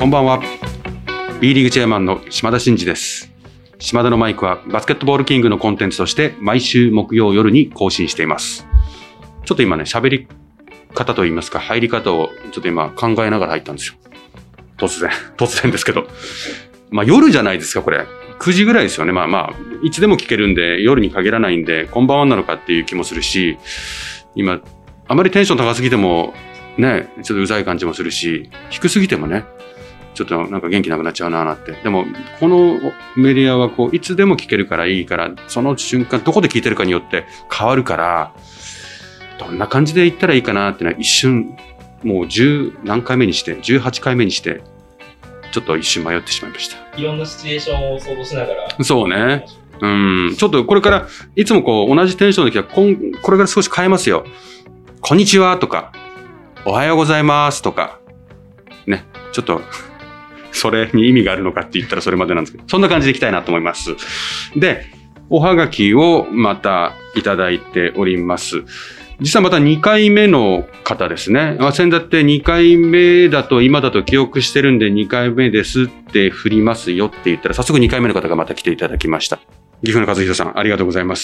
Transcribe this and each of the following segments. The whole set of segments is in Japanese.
こんばんは。B リーグチェアマンの島田真二です。島田のマイクはバスケットボールキングのコンテンツとして毎週木曜夜に更新しています。ちょっと今ね、喋り方といいますか入り方をちょっと今考えながら入ったんですよ。突然ですけど、夜じゃないですか。これ9時ぐらいですよね。いつでも聞けるんで夜に限らないんで、こんばんはなのかっていう気もするし、今あまりテンション高すぎてもね、ちょっとうざい感じもするし、低すぎてもね、ちょっとなんか元気なくなっちゃうなーって。でもこのメディアはこういつでも聞けるからいいから、その瞬間どこで聞いてるかによって変わるから、どんな感じで言ったらいいかなっていうのは一瞬、もう10何回目にして18回目にしてちょっと一瞬迷ってしまいました。 いろんなシチュエーションを想像しながら。 そうね。ちょっとこれからいつもこう同じテンションの時はこれから少し変えますよ。こんにちはとか、おはようございますとかね、ちょっとそれに意味があるのかって言ったらそれまでなんですけど、そんな感じでいきたいなと思います。で、おはがきをまたいただいております。実はまた2回目の方ですね。先だって2回目だと今だと記憶してるんで2回目ですって振りますよって言ったら、早速2回目の方がまた来ていただきました。岐阜の和弘さん、ありがとうございます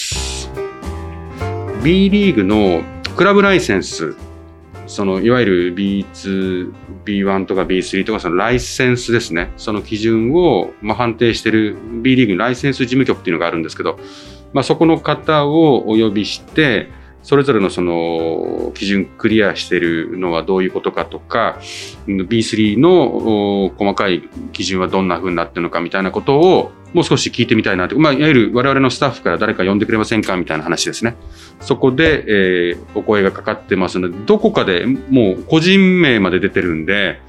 。B リーグのクラブライセンス、いわゆる B2、B1 とか B3 とかそのライセンスですね。その基準を判定している B リーグのライセンス事務局っていうのがあるんですけど、そこの方をお呼びして、それぞれのその基準クリアしているのはどういうことかとか、B3 の細かい基準はどんな風になっているのかみたいなことをもう少し聞いてみたいなと。いわゆる我々のスタッフから誰か呼んでくれませんかみたいな話ですね。そこで、お声がかかってますので、どこかでもう個人名まで出てるんで、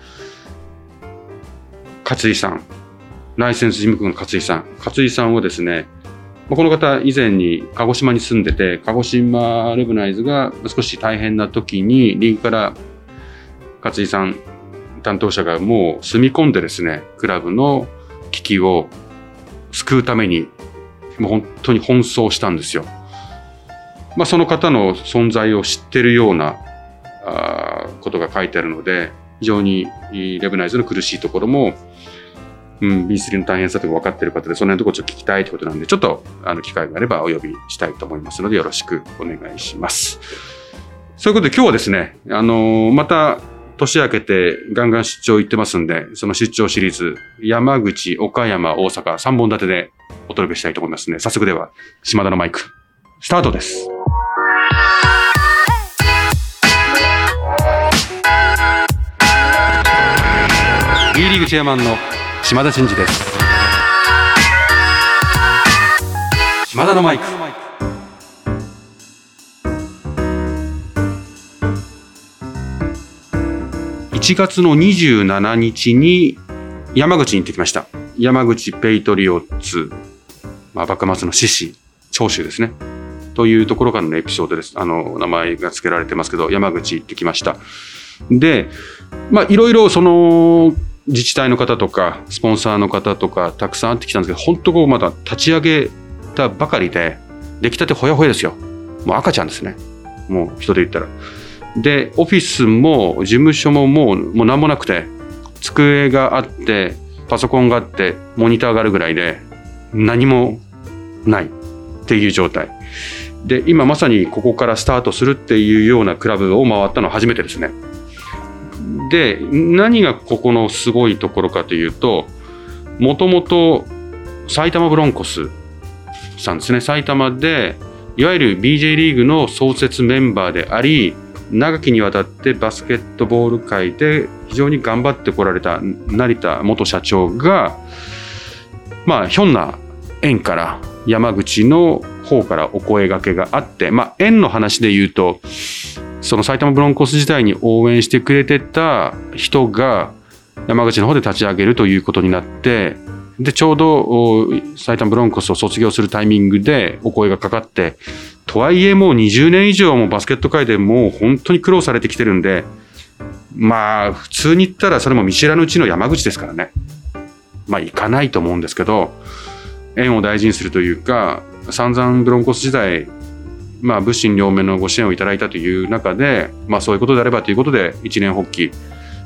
勝井さん、ライセンス事務局の勝井さんをですね、この方以前に鹿児島に住んでて、鹿児島レブナイズが少し大変な時にリーグから勝井さん担当者がもう住み込んでですね、クラブの危機を救うためにもう本当に奔走したんですよ。その方の存在を知ってるようなことが書いてあるので、非常にレブナイズの苦しいところもB3 の大変さとか分かっている方で、その辺のところちょっと聞きたいということなんで、ちょっと機会があればお呼びしたいと思いますので、よろしくお願いします。そういうことで今日はですね、また年明けてガンガン出張行ってますんで、その出張シリーズ、山口、岡山、大阪3本立てでお届けしたいと思いますので、早速では島田のマイクスタートです。B リーグチェアマンの島田真二です。島田のマイク。1月の27日に山口に行ってきました。山口ペイトリオッツ、幕末の志士長州ですねというところからのエピソードです。名前が付けられてますけど、山口行ってきました。で、いろいろその自治体の方とかスポンサーの方とかたくさん会ってきたんですけど、本当まだ立ち上げたばかりで、出来たてほやほやですよ。もう赤ちゃんですね。もう人で言ったら。で、オフィスも事務所ももう何もなくて、机があってパソコンがあってモニターがあるぐらいで何もないっていう状態で、今まさにここからスタートするっていうようなクラブを回ったのは初めてですね。で、何がここのすごいところかというと、もともと埼玉ブロンコスさんですね。埼玉でいわゆる BJ リーグの創設メンバーであり、長きにわたってバスケットボール界で非常に頑張ってこられた成田元社長が、ひょんな縁から山口の方からお声掛けがあって、縁の話で言うと、その埼玉ブロンコス時代に応援してくれてた人が山口の方で立ち上げるということになって、でちょうど埼玉ブロンコスを卒業するタイミングでお声がかかって、とはいえもう20年以上もバスケット界でもう本当に苦労されてきてるんで、普通に言ったらそれも見知らぬうちの山口ですからね、行かないと思うんですけど、縁を大事にするというか、散々ブロンコス時代物心両面のご支援をいただいたという中で、そういうことであればということで一念発起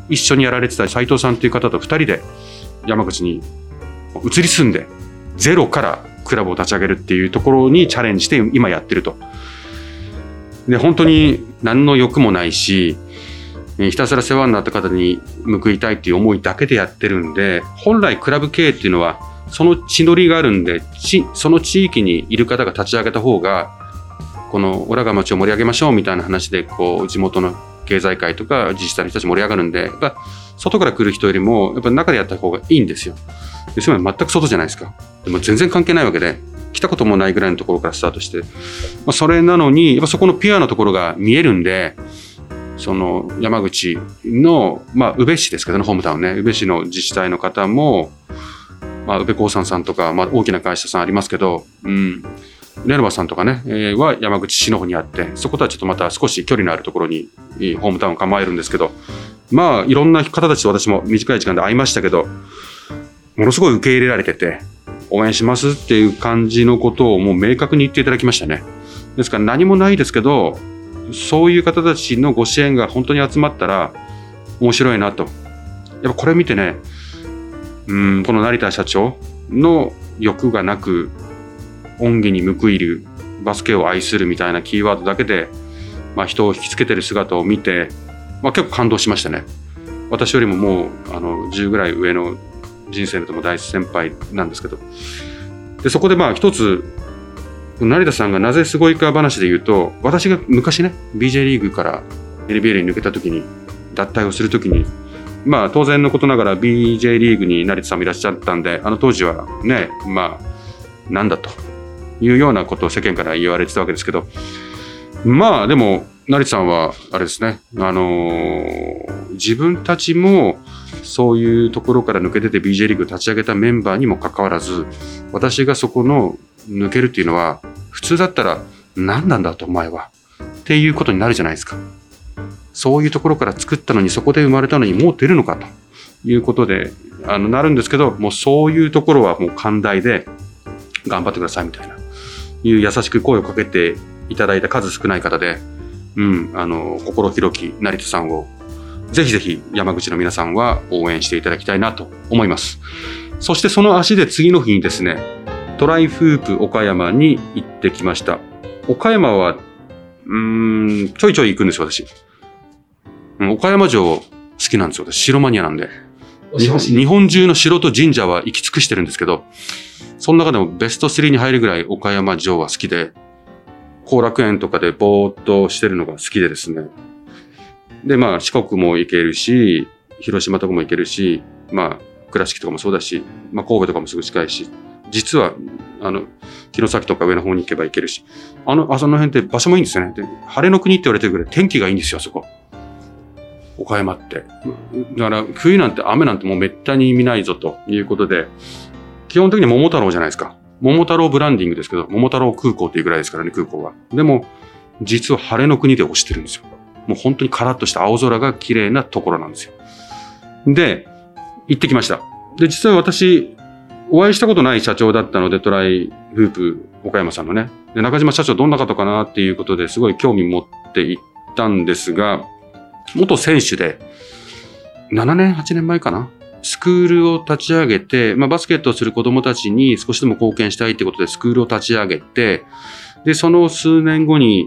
一緒にやられてた斉藤さんという方と2人で山口に移り住んで、ゼロからクラブを立ち上げるっていうところにチャレンジして今やってると。で、本当に何の欲もないし、ひたすら世話になった方に報いたいっていう思いだけでやってるんで、本来クラブ経営っていうのはその地のりがあるんで、その地域にいる方が立ち上げた方が、このオラが町を盛り上げましょうみたいな話で、こう地元の経済界とか自治体の人たち盛り上がるんで、やっぱ外から来る人よりもやっぱ中でやった方がいいんですよ。で、それは全く外じゃないですか。でも全然関係ないわけで、来たこともないぐらいのところからスタートして、それなのにやっぱそこのピュアなところが見えるんで、その山口の、宇部市ですけどね、ホームタウンね、宇部市の自治体の方も、宇部興産さんとか、大きな会社さんありますけど、レノバさんとかね、は山口市の方にあって、そことはちょっとまた少し距離のあるところにホームタウンを構えるんですけど、いろんな方たちと私も短い時間で会いましたけど、ものすごい受け入れられてて、応援しますっていう感じのことをもう明確に言っていただきましたね。ですから何もないですけど、そういう方たちのご支援が本当に集まったら面白いなと。やっぱこれ見てね、この成田社長の欲がなく、恩義に報いる、バスケを愛するみたいなキーワードだけで、人を引きつけてる姿を見て、結構感動しましたね。私よりももう10ぐらい上の人生のとも大先輩なんですけど。で、そこで一つ、成田さんがなぜすごいか話で言うと、私が昔ね、BJ リーグから NBL に抜けた時に、脱退をする時に、当然のことながら BJ リーグに成田さんもいらっしゃったんで、当時はね、なんだというようなことを世間から言われてたわけですけど、でも、成田さんは、あれですね、自分たちもそういうところから抜け出て BJ リーグを立ち上げたメンバーにもかかわらず、私がそこの抜けるっていうのは、普通だったら何なんだとお前はっていうことになるじゃないですか。そういうところから作ったのに、そこで生まれたのにもう出るのかということでなるんですけど、もうそういうところはもう寛大で頑張ってくださいみたいないう優しく声をかけていただいた数少ない方で、心広き成田さんをぜひぜひ山口の皆さんは応援していただきたいなと思います。そしてその足で次の日にですね、トライフープ岡山に行ってきました。岡山はちょいちょい行くんですよ、私。岡山城好きなんですよ、私。城マニアなんで。日本中の城と神社は行き尽くしてるんですけど、その中でもベスト3に入るぐらい岡山城は好きで、後楽園とかでぼーっとしてるのが好きでですね。で、四国も行けるし、広島とかも行けるし、倉敷とかもそうだし、神戸とかもすぐ近いし、実は、城崎とか上の方に行けば行けるし、その辺って場所もいいんですよね。で、晴れの国って言われてるぐらい天気がいいんですよ、あそこ。岡山って。だから、冬なんて雨なんてもうめったに見ないぞということで、基本的に桃太郎じゃないですか。桃太郎ブランディングですけど、桃太郎空港っていうぐらいですからね、空港は。でも、実は晴れの国で推してるんですよ。もう本当にカラッとした青空が綺麗なところなんですよ。で、行ってきました。で、実は私、お会いしたことない社長だったので、トライフープ岡山さんのね。で、中島社長どんな方かなっていうことですごい興味持って行ったんですが、元選手で、7年、8年前かな、スクールを立ち上げて、バスケットをする子供たちに少しでも貢献したいってことでスクールを立ち上げて、で、その数年後に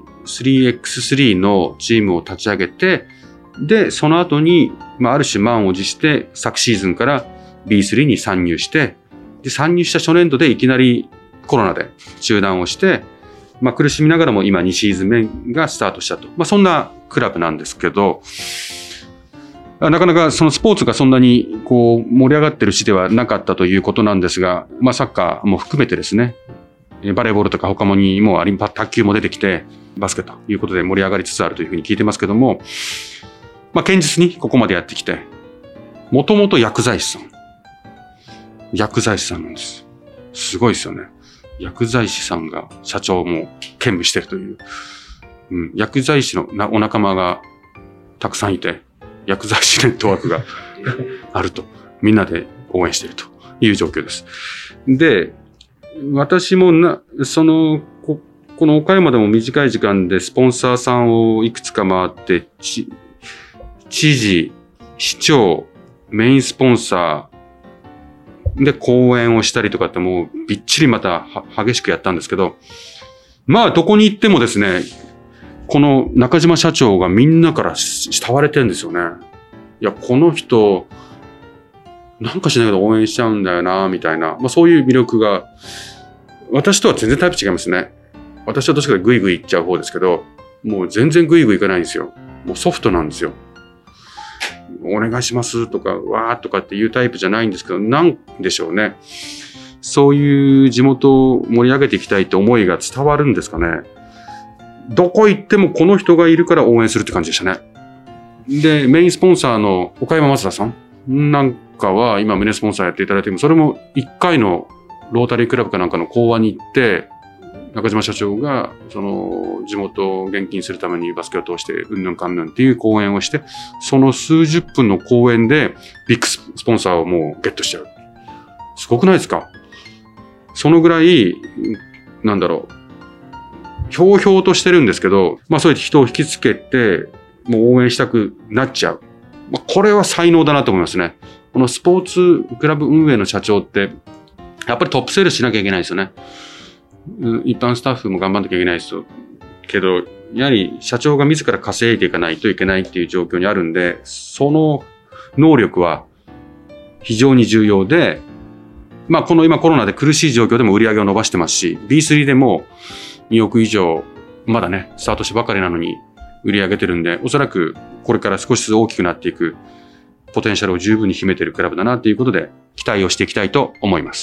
3x3 のチームを立ち上げて、で、その後に、ある種満を持して昨シーズンから B3 に参入して、で、参入した初年度でいきなりコロナで中断をして、苦しみながらも今2シーズン目がスタートしたと。そんなクラブなんですけど、なかなかそのスポーツがそんなにこう盛り上がってる市ではなかったということなんですが、サッカーも含めてですね、バレーボールとか他にも卓球も出てきて、バスケということで盛り上がりつつあるというふうに聞いてますけども、堅実にここまでやってきて、もともと薬剤師さんなんです。すごいですよね。薬剤師さんが社長も兼務してるという、薬剤師のお仲間がたくさんいて、薬剤師ネットワークがあると、みんなで応援しているという状況です。で、私もこの岡山でも短い時間でスポンサーさんをいくつか回って、知事、 市長、メインスポンサーで講演をしたりとかってもうびっちりまた激しくやったんですけど、まあどこに行ってもですね、この中島社長がみんなから慕われてるんですよね。いや、この人、なんかしないけど応援しちゃうんだよな、みたいな。まあそういう魅力が、私とは全然タイプ違いますね。私はどっちかでグイグイ行っちゃう方ですけど、もう全然グイグイ行かないんですよ。もうソフトなんですよ。お願いしますとか、わーとかっていうタイプじゃないんですけど、なんでしょうね。そういう地元を盛り上げていきたいって思いが伝わるんですかね。どこ行ってもこの人がいるから応援するって感じでしたね。で、メインスポンサーの岡山松田さんなんかは今胸スポンサーやっていただいても、それも1回のロータリークラブかなんかの講話に行って、中島社長がその地元を現金するためにバスケを通してうんぬんかんぬんっていう講演をして、その数十分の講演でビッグスポンサーをもうゲットしちゃう。すごくないですか？そのぐらい、なんだろう。ひょうひょうとしてるんですけど、まあそうやって人を引きつけて、もう応援したくなっちゃう。まあ、これは才能だなと思いますね。このスポーツクラブ運営の社長って、やっぱりトップセールしなきゃいけないですよね。一般スタッフも頑張んなきゃいけないですけど、やはり社長が自ら稼いでいかないといけないっていう状況にあるんで、その能力は非常に重要で、まあこの今コロナで苦しい状況でも売り上げを伸ばしてますし、B3 でも2億以上、まだね、スタートしてばかりなのに売り上げてるんで、おそらくこれから少しずつ大きくなっていくポテンシャルを十分に秘めているクラブだなということで、期待をしていきたいと思います。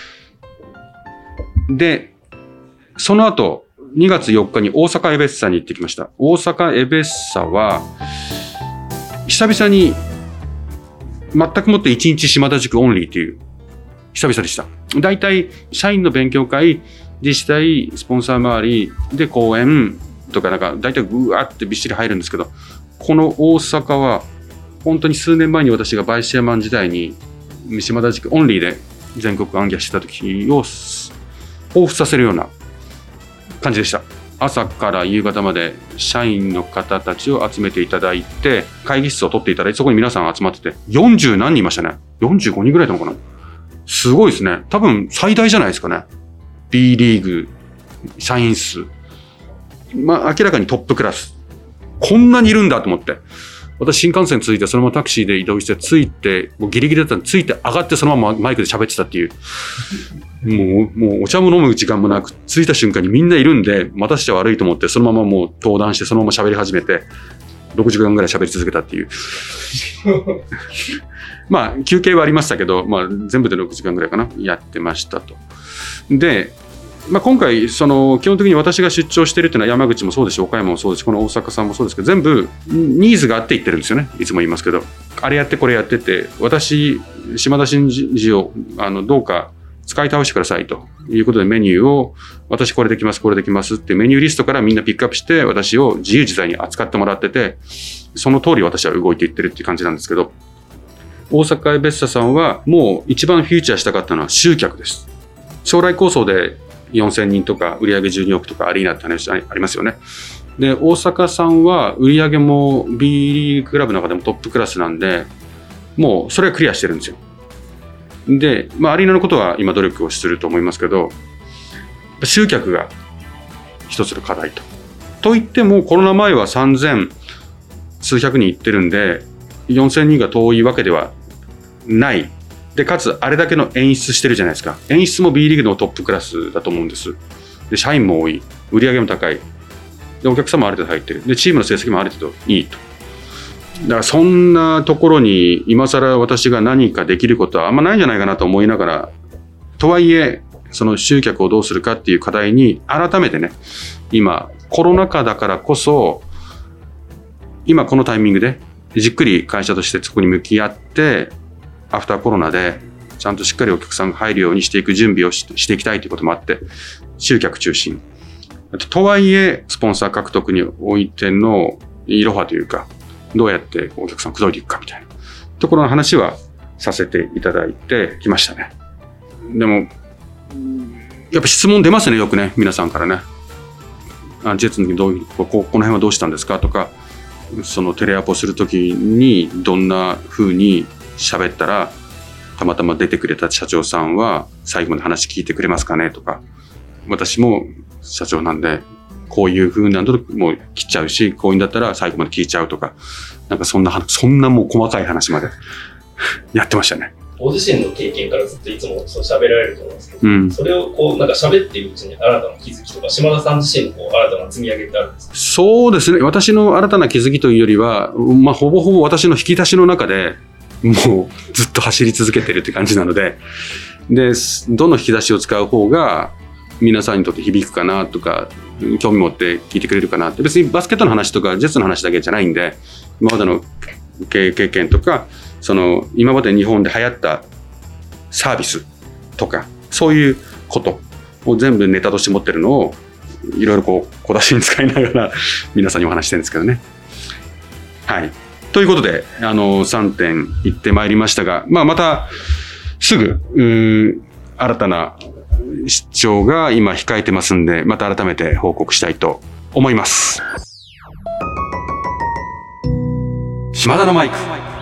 で、その後、2月4日に大阪エベッサに行ってきました。大阪エベッサは、久々に全くもって1日島田塾オンリーという久々でした。だいたい社員の勉強会、自治体、スポンサー周りで講演とかなんかだいたいぐわーってびっしり入るんですけど、この大阪は本当に数年前に私がバイシェアマン時代に島田塾オンリーで全国暗記してた時を彷彿させるような感じでした。朝から夕方まで社員の方たちを集めていただいて、会議室を取っていただいて、そこに皆さん集まってて、40何人いましたね。45人ぐらいいたのかな。すごいですね。多分最大じゃないですかね。B リーグ、社員数。まあ明らかにトップクラス。こんなにいるんだと思って。私新幹線着いてそのままタクシーで移動して着いて、もうギリギリだったので着いて上がってそのままマイクで喋ってたっていう。もうお茶も飲む時間もなく、着いた瞬間にみんないるんで、またして悪いと思って、そのままもう登壇してそのまま喋り始めて、6時間ぐらい喋り続けたっていう。まあ休憩はありましたけど、まあ全部で6時間ぐらいかな、やってましたと。で、まあ、今回基本的に私が出張してるっていうのは山口もそうですし、岡山もそうですし、この大阪さんもそうですけど、全部ニーズがあって言ってるんですよね。いつも言いますけど、あれやってこれやってって、私島田真司をどうか使い倒してくださいということで、メニューを私これできますこれできますってメニューリストからみんなピックアップして私を自由自在に扱ってもらってて、その通り私は動いていってるっていう感じなんですけど、大阪エベッサさんはもう一番フューチャーしたかったのは集客です。将来構想で4000人とか売上12億とかアリーナって話ありますよね。で、大阪さんは売上も B リーグクラブの中でもトップクラスなんで、もうそれはクリアしてるんですよ。で、まあアリーナのことは今努力をすると思いますけど、集客が一つの課題と。といってもコロナ前は3000数百人行ってるんで、4000人が遠いわけではない。で、かつあれだけの演出してるじゃないですか。演出も B リーグのトップクラスだと思うんです。で、社員も多い。売上も高い。で、お客様もある程度入ってる。で、チームの成績もある程度いいと。だからそんなところに今更私が何かできることはあんまないんじゃないかなと思いながら、とはいえ、その集客をどうするかっていう課題に改めてね、今コロナ禍だからこそ、今このタイミングでじっくり会社としてそこに向き合って、アフターコロナでちゃんとしっかりお客さんが入るようにしていく準備をしていきたいということもあって、集客中心。とはいえ、スポンサー獲得においてのいろはというか、どうやってお客さんを口説いていくかみたいなところの話はさせていただいてきましたね。でも、やっぱ質問出ますね、よくね、皆さんからね。ジェッツの時この辺はどうしたんですかとか、 そのテレアポするときにどんな風に喋ったらたまたま出てくれた社長さんは最後まで話聞いてくれますかねとか、私も社長なんでこういう風なんだともう切っちゃうし、こういうんだったら最後まで聞いちゃうとか、なんかそんなもう細かい話までやってましたね。 ご自身の経験からずっといつもそう喋られると思うんですけど、それをこうなんか喋っているうちに新たな気づきとか、島田さん自身のこう新たな積み上げってあるんですか？ そうですね。私の新たな気づきというよりは、ほぼほぼ私の引き出しの中でもうずっと走り続けてるって感じなので、どの引き出しを使う方が皆さんにとって響くかなとか、興味持って聞いてくれるかなって、別にバスケットの話とかジェッツの話だけじゃないんで、今までの経験とか、その今まで日本で流行ったサービスとか、そういうことを全部ネタとして持ってるのをいろいろこう小出しに使いながら皆さんにお話してるんですけどね。はい。ということで3点言ってまいりましたが、またすぐ新たな出張が今控えてますんで、また改めて報告したいと思います。島田のマイク。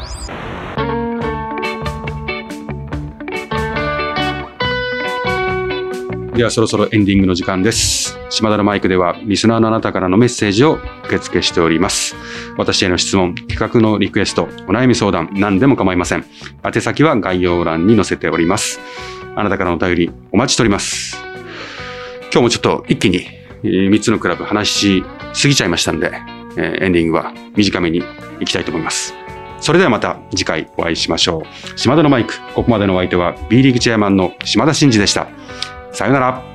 ではそろそろエンディングの時間です。島田のマイクではリスナーのあなたからのメッセージを受付しております。私への質問、企画のリクエスト、お悩み相談、何でも構いません。宛先は概要欄に載せております。あなたからのお便りお待ちしております。今日もちょっと一気に3つのクラブ話しすぎちゃいましたんで、エンディングは短めにいきたいと思います。それではまた次回お会いしましょう。島田のマイク、ここまでのお相手は B リーグチェアマンの島田真二でした。さよなら。